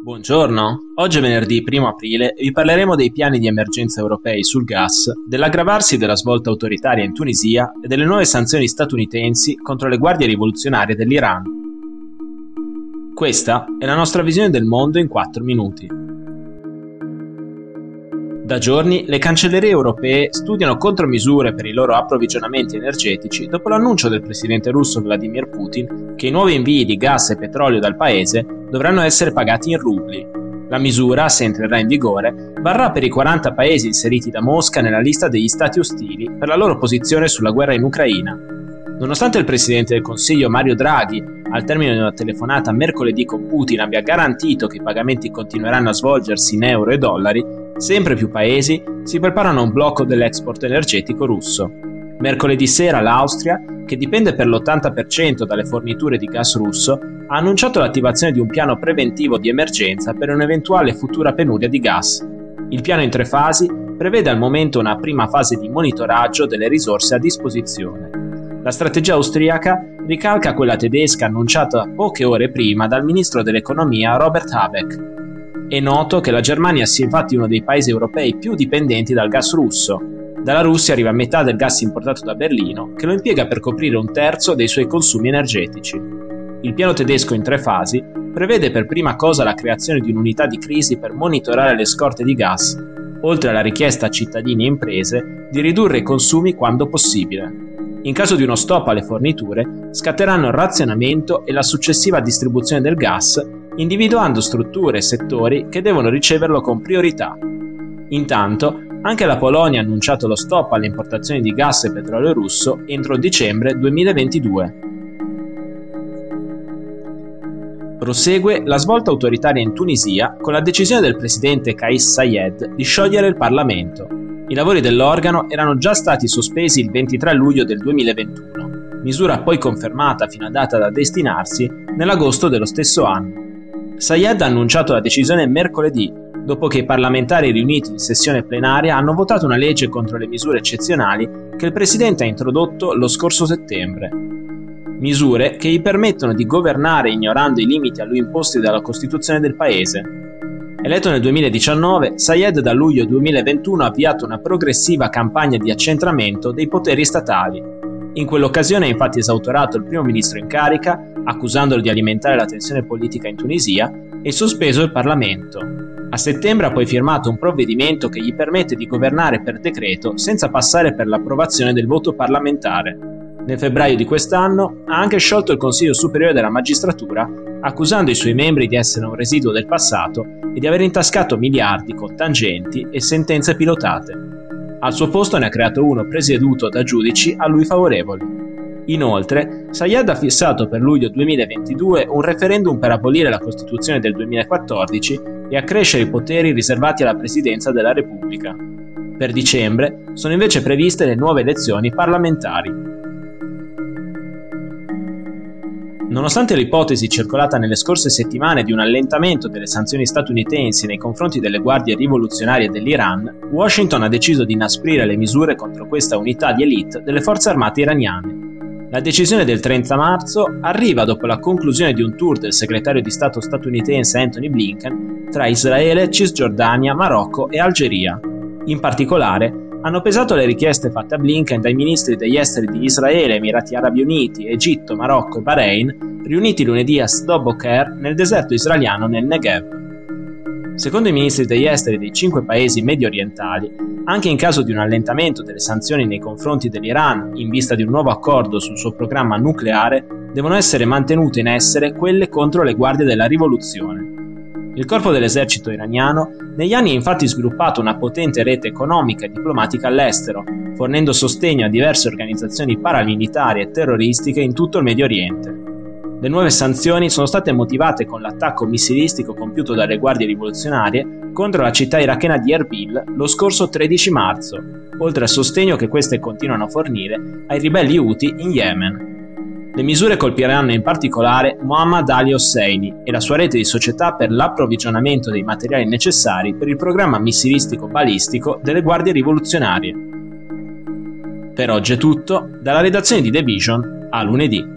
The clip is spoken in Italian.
Buongiorno, oggi è venerdì 1 aprile e vi parleremo dei piani di emergenza europei sul gas, dell'aggravarsi della svolta autoritaria in Tunisia e delle nuove sanzioni statunitensi contro le guardie rivoluzionarie dell'Iran. Questa è la nostra visione del mondo in 4 minuti. Da giorni le cancellerie europee studiano contromisure per i loro approvvigionamenti energetici dopo l'annuncio del presidente russo Vladimir Putin che i nuovi invii di gas e petrolio dal paese dovranno essere pagati in rubli. La misura, se entrerà in vigore, varrà per i 40 paesi inseriti da Mosca nella lista degli stati ostili per la loro posizione sulla guerra in Ucraina. Nonostante il presidente del Consiglio Mario Draghi, al termine di una telefonata mercoledì con Putin, abbia garantito che i pagamenti continueranno a svolgersi in euro e dollari, sempre più paesi si preparano a un blocco dell'export energetico russo. Mercoledì sera l'Austria, che dipende per l'80% dalle forniture di gas russo, ha annunciato l'attivazione di un piano preventivo di emergenza per un'eventuale futura penuria di gas. Il piano in 3 fasi prevede al momento una prima fase di monitoraggio delle risorse a disposizione. La strategia austriaca ricalca quella tedesca annunciata poche ore prima dal ministro dell'economia Robert Habeck. È noto che la Germania sia infatti uno dei paesi europei più dipendenti dal gas russo. Dalla Russia arriva metà del gas importato da Berlino, che lo impiega per coprire 1/3 dei suoi consumi energetici. Il piano tedesco in 3 fasi prevede per prima cosa la creazione di un'unità di crisi per monitorare le scorte di gas, oltre alla richiesta a cittadini e imprese di ridurre i consumi quando possibile. In caso di uno stop alle forniture, scatteranno il razionamento e la successiva distribuzione del gas, individuando strutture e settori che devono riceverlo con priorità. Intanto, anche la Polonia ha annunciato lo stop alle importazioni di gas e petrolio russo entro dicembre 2022. Prosegue la svolta autoritaria in Tunisia con la decisione del presidente Kais Saied di sciogliere il Parlamento. I lavori dell'organo erano già stati sospesi il 23 luglio del 2021, misura poi confermata fino a data da destinarsi nell'agosto dello stesso anno. Saied ha annunciato la decisione mercoledì, dopo che i parlamentari riuniti in sessione plenaria hanno votato una legge contro le misure eccezionali che il presidente ha introdotto lo scorso settembre. Misure che gli permettono di governare ignorando i limiti a lui imposti dalla Costituzione del paese. Eletto nel 2019, Saied da luglio 2021 ha avviato una progressiva campagna di accentramento dei poteri statali. In quell'occasione ha infatti esautorato il primo ministro in carica, accusandolo di alimentare la tensione politica in Tunisia, e sospeso il Parlamento. A settembre ha poi firmato un provvedimento che gli permette di governare per decreto senza passare per l'approvazione del voto parlamentare. Nel febbraio di quest'anno ha anche sciolto il Consiglio Superiore della Magistratura, accusando i suoi membri di essere un residuo del passato e di aver intascato miliardi con tangenti e sentenze pilotate. Al suo posto ne ha creato uno presieduto da giudici a lui favorevoli. Inoltre, Saied ha fissato per luglio 2022 un referendum per abolire la Costituzione del 2014 e accrescere i poteri riservati alla Presidenza della Repubblica. Per dicembre sono invece previste le nuove elezioni parlamentari. Nonostante l'ipotesi circolata nelle scorse settimane di un allentamento delle sanzioni statunitensi nei confronti delle guardie rivoluzionarie dell'Iran, Washington ha deciso di inasprire le misure contro questa unità di élite delle forze armate iraniane. La decisione del 30 marzo arriva dopo la conclusione di un tour del segretario di Stato statunitense Antony Blinken tra Israele, Cisgiordania, Marocco e Algeria. In particolare, hanno pesato le richieste fatte a Blinken dai ministri degli esteri di Israele, Emirati Arabi Uniti, Egitto, Marocco e Bahrain, riuniti lunedì a Sde Boker nel deserto israeliano nel Negev. Secondo i ministri degli esteri dei 5 paesi medio orientali, anche in caso di un allentamento delle sanzioni nei confronti dell'Iran in vista di un nuovo accordo sul suo programma nucleare, devono essere mantenute in essere quelle contro le guardie della rivoluzione. Il corpo dell'esercito iraniano negli anni ha infatti sviluppato una potente rete economica e diplomatica all'estero, fornendo sostegno a diverse organizzazioni paramilitari e terroristiche in tutto il Medio Oriente. Le nuove sanzioni sono state motivate con l'attacco missilistico compiuto dalle guardie rivoluzionarie contro la città irachena di Erbil lo scorso 13 marzo, oltre al sostegno che queste continuano a fornire ai ribelli Houthi in Yemen. Le misure colpiranno in particolare Mohammad Ali Hosseini e la sua rete di società per l'approvvigionamento dei materiali necessari per il programma missilistico balistico delle guardie rivoluzionarie. Per oggi è tutto, dalla redazione di The Vision a lunedì.